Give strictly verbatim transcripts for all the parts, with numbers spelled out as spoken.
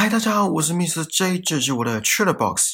嗨，大家好，我是 Mister J， 这是我的 Trailer Box。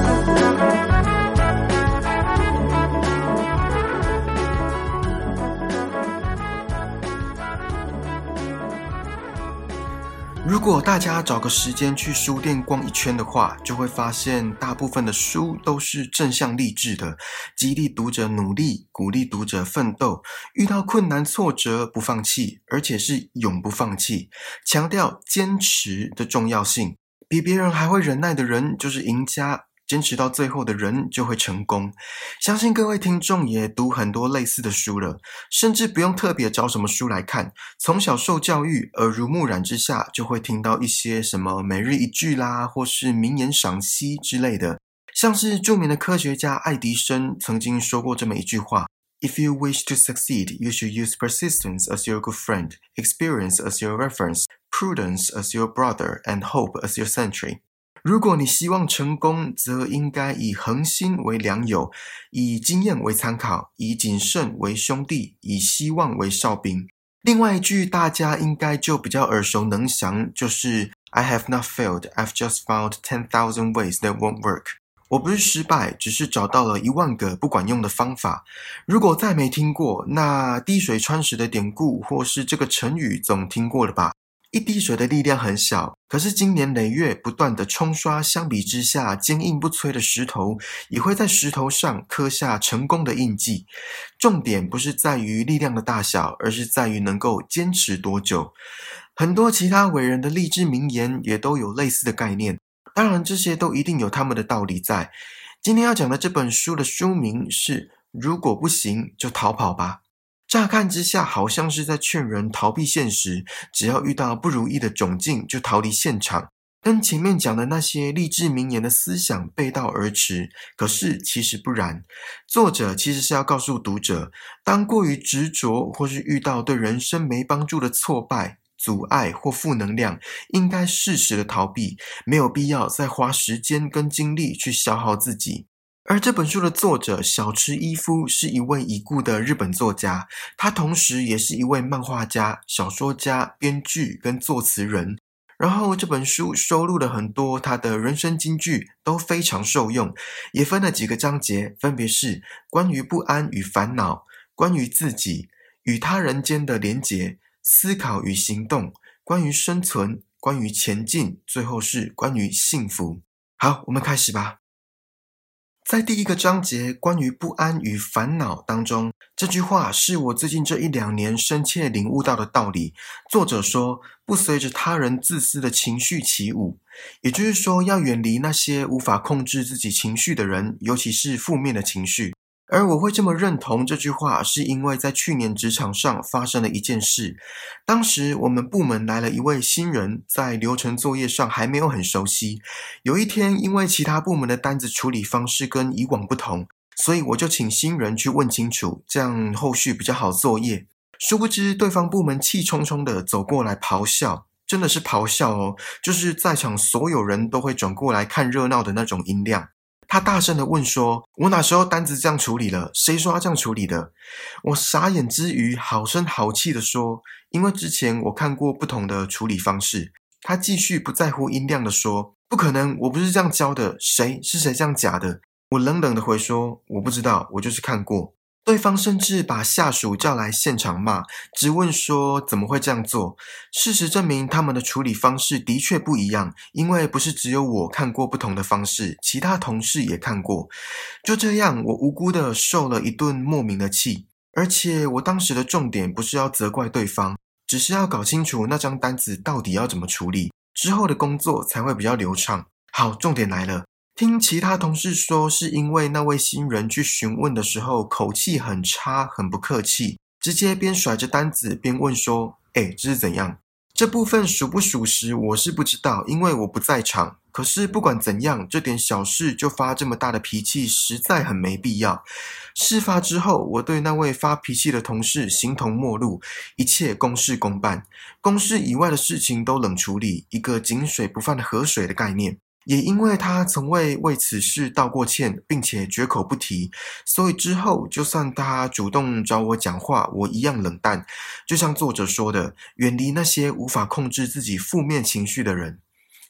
如果大家找个时间去书店逛一圈的话，就会发现大部分的书都是正向励志的，激励读者努力，鼓励读者奋斗，遇到困难挫折不放弃，而且是永不放弃，强调坚持的重要性。比别人还会忍耐的人就是赢家，坚持到最后的人就会成功。相信各位听众也读很多类似的书了，甚至不用特别找什么书来看，从小受教育，耳濡目染之下，就会听到一些什么每日一句啦，或是名言赏析之类的。像是著名的科学家爱迪生曾经说过这么一句话：If you wish to succeed, you should use persistence as your good friend, experience as your reference, prudence as your brother, and hope as your sentry. 如果你希望成功，则应该以恒心为良友，以经验为参考，以谨慎为兄弟，以希望为哨兵。另外一句大家应该就比较耳熟能详，就是 I have not failed, I've just found ten thousand ways that won't work. 我不是失败，只是找到了一万个不管用的方法。如果再没听过，那滴水穿石的典故或是这个成语总听过了吧？一滴水的力量很小，可是经年累月不断的冲刷，相比之下，坚硬不摧的石头也会在石头上刻下成功的印记。重点不是在于力量的大小，而是在于能够坚持多久。很多其他伟人的励志名言也都有类似的概念，当然这些都一定有他们的道理在。今天要讲的这本书的书名是如果不行就逃跑吧。乍看之下好像是在劝人逃避现实，只要遇到不如意的窘境就逃离现场，跟前面讲的那些励志名言的思想背道而驰。可是其实不然，作者其实是要告诉读者，当过于执着或是遇到对人生没帮助的挫败、阻碍或负能量，应该适时的逃避，没有必要再花时间跟精力去消耗自己。而这本书的作者小池一夫是一位已故的日本作家，他同时也是一位漫画家、小说家、编剧跟作词人。然后这本书收录了很多他的人生金句，都非常受用，也分了几个章节，分别是关于不安与烦恼、关于自己、与他人间的连结、思考与行动、关于生存、关于前进，最后是关于幸福。好，我们开始吧。在第一个章节关于不安与烦恼当中，这句话是我最近这一两年深切领悟到的道理。作者说，不随着他人自私的情绪起舞，也就是说要远离那些无法控制自己情绪的人，尤其是负面的情绪。而我会这么认同这句话，是因为在去年职场上发生了一件事。当时我们部门来了一位新人，在流程作业上还没有很熟悉。有一天，因为其他部门的单子处理方式跟以往不同，所以我就请新人去问清楚，这样后续比较好作业。殊不知对方部门气冲冲的走过来咆哮，真的是咆哮哦，就是在场所有人都会转过来看热闹的那种音量。他大声的问说，我哪时候单子这样处理了？谁说要这样处理的？我傻眼之余好声好气的说，因为之前我看过不同的处理方式。他继续不在乎音量的说，不可能，我不是这样教的，谁是谁这样假的？我冷冷的回说，我不知道，我就是看过。对方甚至把下属叫来现场骂，质问说怎么会这样做。事实证明他们的处理方式的确不一样，因为不是只有我看过不同的方式，其他同事也看过。就这样，我无辜的受了一顿莫名的气。而且我当时的重点不是要责怪对方，只是要搞清楚那张单子到底要怎么处理，之后的工作才会比较流畅。好，重点来了。听其他同事说，是因为那位新人去询问的时候口气很差，很不客气，直接边甩着单子边问说，诶，这是怎样？这部分属不属实我是不知道，因为我不在场。可是不管怎样，这点小事就发这么大的脾气，实在很没必要。事发之后，我对那位发脾气的同事形同陌路，一切公事公办，公事以外的事情都冷处理，一个井水不犯河水的概念。也因为他从未为此事道过歉，并且绝口不提，所以之后就算他主动找我讲话，我一样冷淡。就像作者说的，远离那些无法控制自己负面情绪的人。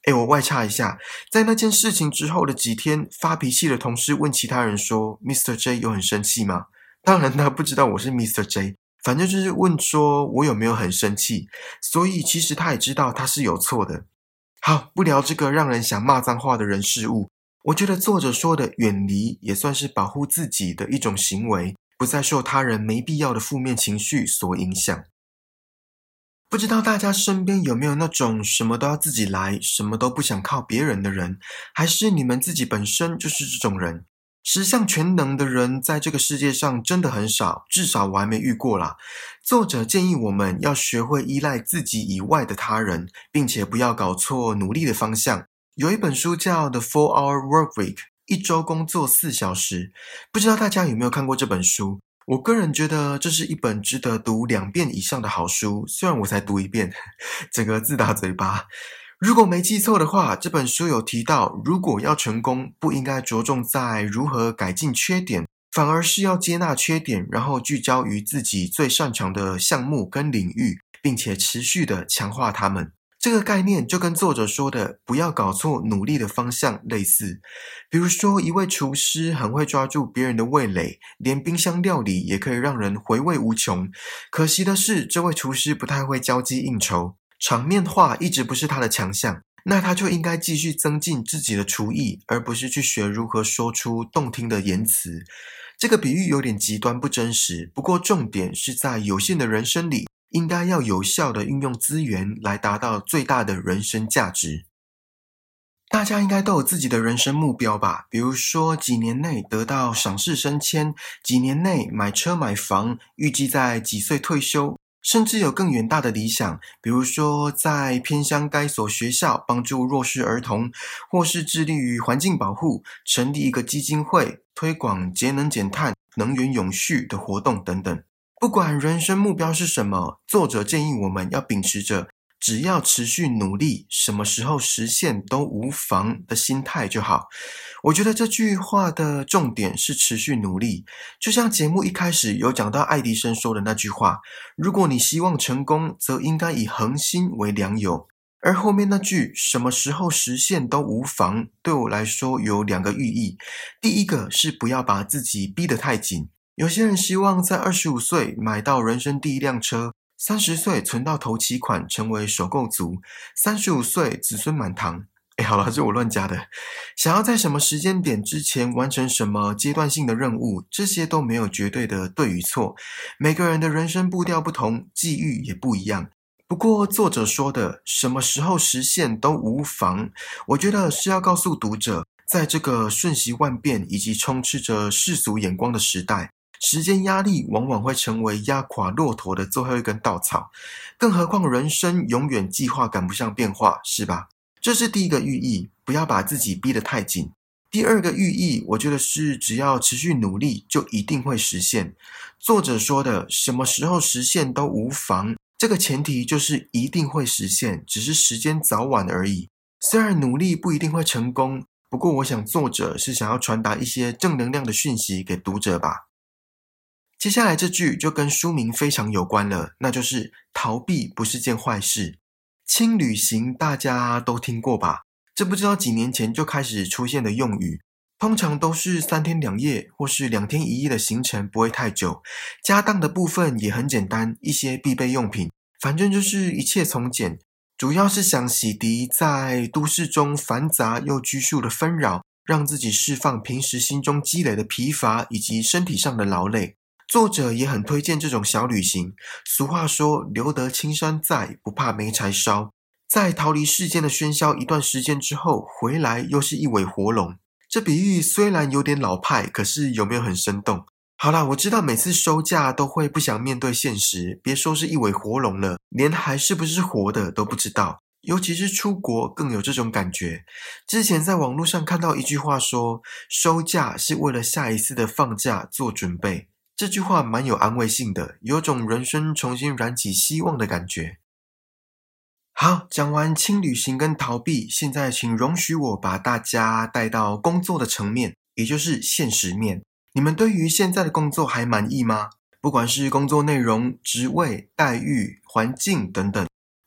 诶，我外插一下，在那件事情之后的几天，发脾气的同事问其他人说 ：“Mister J 有很生气吗？”当然他不知道我是 Mister J，反正就是问说我有没有很生气，所以其实他也知道他是有错的。好，不聊这个让人想骂脏话的人事物，我觉得作者说的远离也算是保护自己的一种行为，不再受他人没必要的负面情绪所影响。不知道大家身边有没有那种什么都要自己来，什么都不想靠别人的人，还是你们自己本身就是这种人？十项全能的人在这个世界上真的很少，至少我还没遇过啦。作者建议我们要学会依赖自己以外的他人，并且不要搞错努力的方向。有一本书叫《The Four Hour Workweek》，一周工作四小时。不知道大家有没有看过这本书？我个人觉得这是一本值得读两遍以上的好书，虽然我才读一遍，整个自打嘴巴。如果没记错的话，这本书有提到，如果要成功，不应该着重在如何改进缺点，反而是要接纳缺点，然后聚焦于自己最擅长的项目跟领域，并且持续的强化它们。这个概念就跟作者说的不要搞错努力的方向类似。比如说，一位厨师很会抓住别人的味蕾，连冰箱料理也可以让人回味无穷。可惜的是，这位厨师不太会交际应酬，场面话一直不是他的强项。那他就应该继续增进自己的厨艺，而不是去学如何说出动听的言辞。这个比喻有点极端不真实，不过重点是在有限的人生里，应该要有效的运用资源来达到最大的人生价值。大家应该都有自己的人生目标吧，比如说几年内得到赏识升迁，几年内买车买房，预计在几岁退休，甚至有更远大的理想，比如说在偏乡该所学校帮助弱势儿童，或是致力于环境保护，成立一个基金会，推广节能减碳、能源永续的活动等等。不管人生目标是什么，作者建议我们要秉持着只要持续努力，什么时候实现都无妨的心态就好。我觉得这句话的重点是持续努力，就像节目一开始有讲到爱迪生说的那句话，如果你希望成功，则应该以恒心为良友。而后面那句什么时候实现都无妨，对我来说有两个寓意。第一个是不要把自己逼得太紧，有些人希望在二十五岁买到人生第一辆车，三十岁存到头期款成为首购族，三十五岁子孙满堂。诶，好了，这我乱加的。想要在什么时间点之前完成什么阶段性的任务，这些都没有绝对的对与错。每个人的人生步调不同，际遇也不一样。不过作者说的什么时候实现都无妨，我觉得是要告诉读者，在这个瞬息万变以及充斥着世俗眼光的时代，时间压力往往会成为压垮骆驼的最后一根稻草，更何况人生永远计划赶不上变化，是吧？这是第一个寓意，不要把自己逼得太紧。第二个寓意，我觉得是只要持续努力，就一定会实现。作者说的什么时候实现都无妨，这个前提就是一定会实现，只是时间早晚而已。虽然努力不一定会成功，不过我想作者是想要传达一些正能量的讯息给读者吧。接下来这句就跟书名非常有关了，那就是逃避不是件坏事。轻旅行大家都听过吧？这不知道几年前就开始出现的用语，通常都是三天两夜或是两天一夜的行程，不会太久。家当的部分也很简单，一些必备用品，反正就是一切从简。主要是想洗涤在都市中繁杂又拘束的纷扰，让自己释放平时心中积累的疲乏以及身体上的劳累。作者也很推荐这种小旅行，俗话说留得青山在，不怕没柴烧。在逃离世间的喧嚣一段时间之后，回来又是一尾活龙。这比喻虽然有点老派，可是有没有很生动？好啦，我知道每次收假都会不想面对现实，别说是一尾活龙了，连还是不是活的都不知道。尤其是出国更有这种感觉。之前在网络上看到一句话说，收假是为了下一次的放假做准备。这句话蛮有安慰性的，有种人生重新燃起希望的感觉。好，讲完轻旅行跟逃避，现在请容许我把大家带到工作的层面，也就是现实面。你们对于现在的工作还满意吗？不管是工作内容、职位、待遇、环境等等。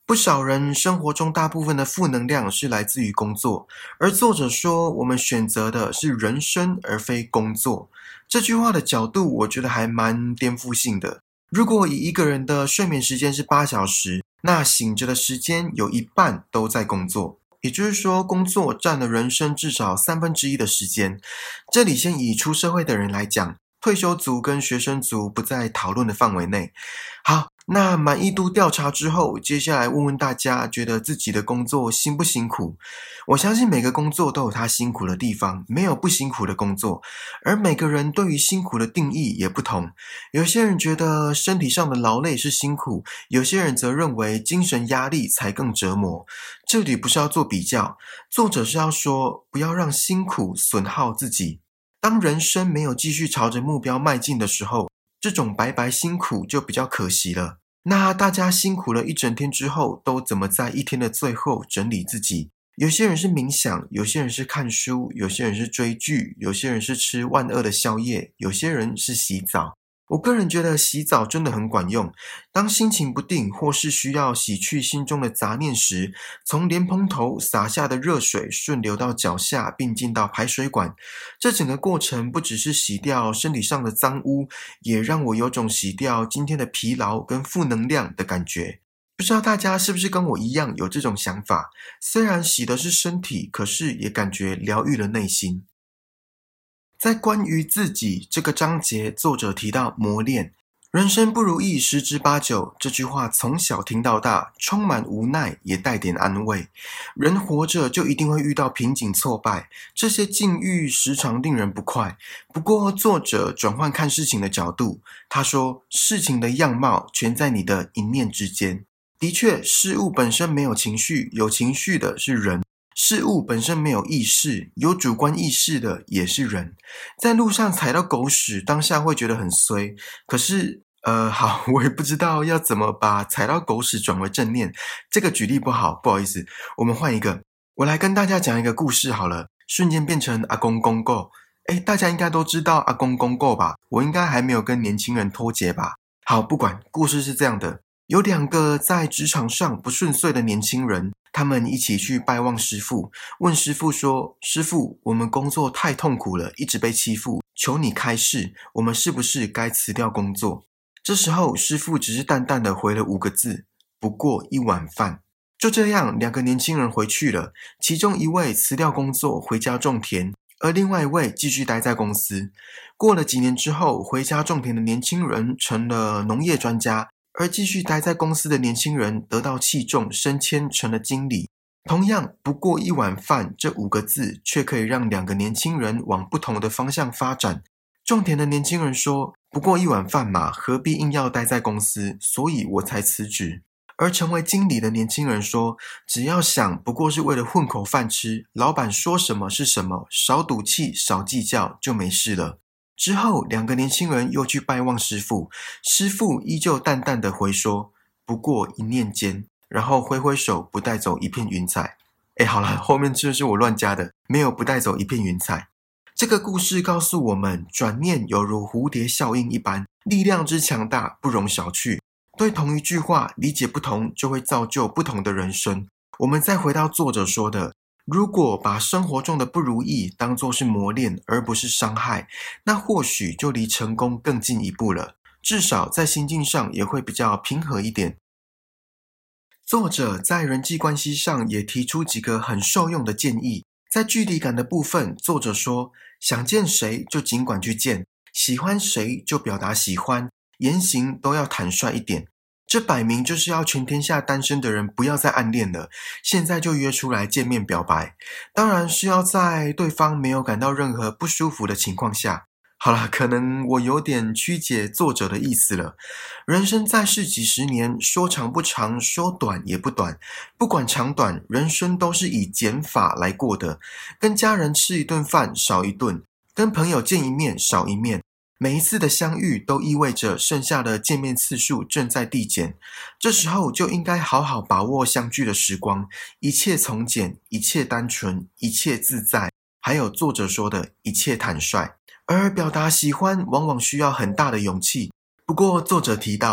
不少人生活中大部分的负能量是来自于工作，而作者说我们选择的是人生而非工作。这句话的角度我觉得还蛮颠覆性的。如果以一个人的睡眠时间是八小时，那醒着的时间有一半都在工作，也就是说工作占了人生至少三分之一的时间。这里先以出社会的人来讲，退休族跟学生族不在讨论的范围内。好，那满意度调查之后，接下来问问大家觉得自己的工作辛不辛苦？我相信每个工作都有它辛苦的地方，没有不辛苦的工作，而每个人对于辛苦的定义也不同。有些人觉得身体上的劳累是辛苦，有些人则认为精神压力才更折磨。这里不是要做比较，作者是要说不要让辛苦损耗自己。当人生没有继续朝着目标迈进的时候，这种白白辛苦就比较可惜了。那大家辛苦了一整天之后，都怎么在一天的最后整理自己？有些人是冥想，有些人是看书，有些人是追剧，有些人是吃万恶的宵夜，有些人是洗澡。我个人觉得洗澡真的很管用，当心情不定或是需要洗去心中的杂念时，从莲蓬头洒下的热水顺流到脚下并进到排水管，这整个过程不只是洗掉身体上的脏污，也让我有种洗掉今天的疲劳跟负能量的感觉。不知道大家是不是跟我一样有这种想法？虽然洗的是身体，可是也感觉疗愈了内心。在关于自己这个章节，作者提到磨练，人生不如意十之八九，这句话从小听到大，充满无奈，也带点安慰。人活着就一定会遇到瓶颈挫败，这些境遇时常令人不快。不过作者转换看事情的角度，他说事情的样貌全在你的一念之间。的确，事物本身没有情绪，有情绪的是人。事物本身没有意识，有主观意识的也是人。在路上踩到狗屎，当下会觉得很衰，可是呃，好，我也不知道要怎么把踩到狗屎转为正念。这个举例不好，不好意思，我们换一个。我来跟大家讲一个故事好了，瞬间变成阿公公购。诶，大家应该都知道阿公公购吧？我应该还没有跟年轻人脱节吧？好，不管，故事是这样的。有两个在职场上不顺遂的年轻人，他们一起去拜望师父，问师父说：师父，我们工作太痛苦了，一直被欺负，求你开示，我们是不是该辞掉工作？这时候师父只是淡淡的回了五个字：不过一碗饭。就这样，两个年轻人回去了，其中一位辞掉工作回家种田，而另外一位继续待在公司。过了几年之后，回家种田的年轻人成了农业专家，而继续待在公司的年轻人得到器重，升迁成了经理。同样，不过一碗饭这五个字却可以让两个年轻人往不同的方向发展。种田的年轻人说，不过一碗饭嘛，何必硬要待在公司，所以我才辞职。而成为经理的年轻人说，只要想不过是为了混口饭吃，老板说什么是什么，少赌气少计较就没事了。之后，两个年轻人又去拜望师父，师父依旧淡淡的回说：不过一念间，然后挥挥手，不带走一片云彩。诶，好了，后面这是我乱加的，没有不带走一片云彩。这个故事告诉我们，转念犹如蝴蝶效应一般，力量之强大不容小觑。对同一句话理解不同，就会造就不同的人生。我们再回到作者说的，如果把生活中的不如意当作是磨练而不是伤害，那或许就离成功更进一步了，至少在心境上也会比较平和一点。作者在人际关系上也提出几个很受用的建议。在距离感的部分，作者说，想见谁就尽管去见，喜欢谁就表达喜欢，言行都要坦率一点。这摆明就是要全天下单身的人不要再暗恋了，现在就约出来见面表白。当然是要在对方没有感到任何不舒服的情况下。好啦，可能我有点曲解作者的意思了。人生在世几十年，说长不长，说短也不短。不管长短，人生都是以减法来过的。跟家人吃一顿饭少一顿，跟朋友见一面少一面。每一次的相遇都意味着剩下的见面次数正在递减，这时候就应该好好把握相聚的时光，一切从简，一切单纯，一切自在，还有作者说的一切坦率。而表达喜欢往往需要很大的勇气，不过作者提到，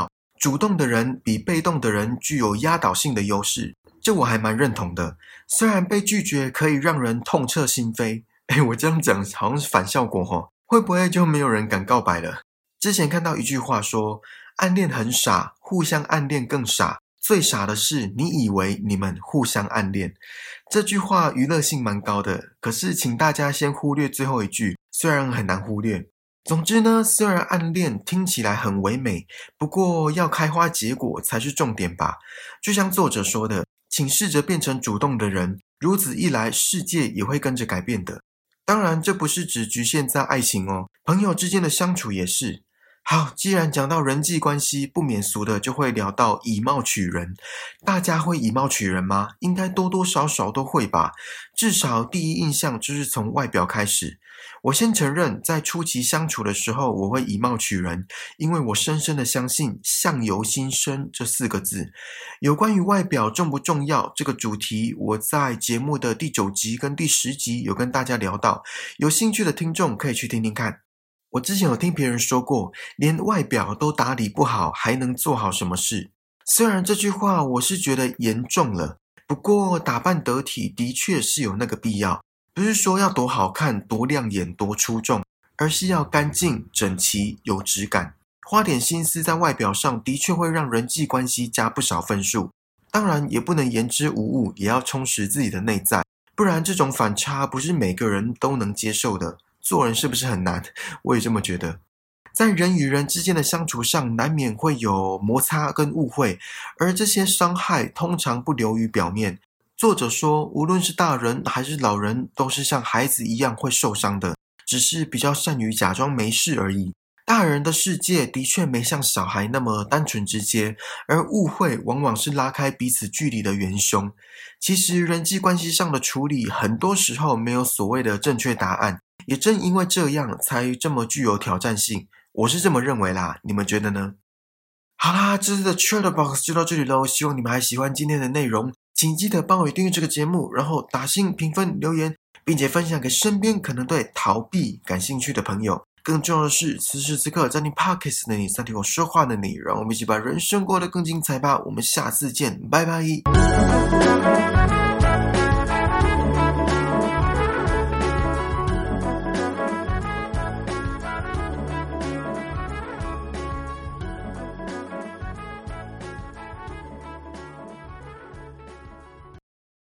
主动的人比被动的人具有压倒性的优势，这我还蛮认同的。虽然被拒绝可以让人痛彻心扉，诶，我这样讲好像是反效果齁，会不会就没有人敢告白了？之前看到一句话说，暗恋很傻，互相暗恋更傻，最傻的是你以为你们互相暗恋。这句话娱乐性蛮高的，可是请大家先忽略最后一句，虽然很难忽略。总之呢，虽然暗恋听起来很唯美，不过要开花结果才是重点吧。就像作者说的，请试着变成主动的人，如此一来，世界也会跟着改变的。当然，这不是只局限在爱情哦，朋友之间的相处也是。好，既然讲到人际关系，不免俗的就会聊到以貌取人。大家会以貌取人吗？应该多多少少都会吧。至少第一印象就是从外表开始。我先承认，在初期相处的时候，我会以貌取人，因为我深深的相信相由心生这四个字。有关于外表重不重要这个主题，我在节目的第九集跟第十集有跟大家聊到，有兴趣的听众可以去听听看。我之前有听别人说过，连外表都打理不好，还能做好什么事？虽然这句话我是觉得严重了，不过打扮得体的确是有那个必要。不是说要多好看、多亮眼、多出众，而是要干净、整齐、有质感。花点心思在外表上的确会让人际关系加不少分数。当然也不能言之无物，也要充实自己的内在，不然这种反差不是每个人都能接受的。做人是不是很难？我也这么觉得。在人与人之间的相处上，难免会有摩擦跟误会，而这些伤害通常不流于表面。作者说，无论是大人还是老人，都是像孩子一样会受伤的，只是比较善于假装没事而已。大人的世界的确没像小孩那么单纯直接，而误会往往是拉开彼此距离的元凶。其实人际关系上的处理，很多时候没有所谓的正确答案，也正因为这样，才这么具有挑战性。我是这么认为啦，你们觉得呢？好啦，这次的 Chatterbox 就到这里咯，希望你们还喜欢今天的内容。请记得帮我订阅这个节目，然后打星、评分、留言，并且分享给身边可能对逃避感兴趣的朋友。更重要的是，此时此刻在听 Podcast 的你，在听我说话的你，让我们一起把人生过得更精彩吧。我们下次见，拜拜。